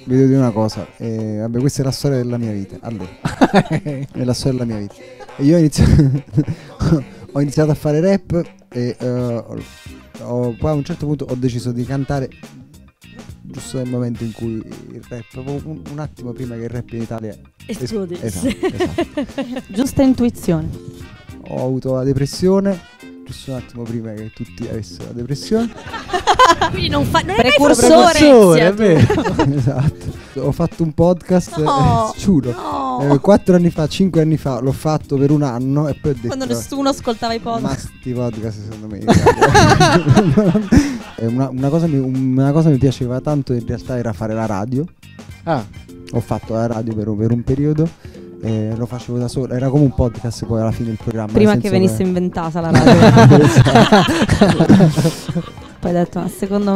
vi devo dire una cosa. Vabbè, questa è la storia della mia vita. Allora, è la storia della mia vita. E io ho iniziato a fare rap e poi a un certo punto ho deciso di cantare giusto nel momento in cui il rap, un attimo prima che il rap in Italia esplodesse. Esatto. Giusta intuizione. Ho avuto la depressione giusto un attimo prima che tutti avessero la depressione. Quindi non è precursore, è vero. Esatto. Ho fatto un podcast, giuro, 4 anni fa, 5 anni fa, l'ho fatto per un anno e poi ho detto, quando nessuno ascoltava i podcast. ma sti podcast secondo me una cosa mi piaceva tanto in realtà era fare la radio. Ho fatto la radio per un periodo. Lo facevo da solo, era come un podcast poi alla fine il programma. Prima che venisse inventata la radio. Poi ho detto, ma secondo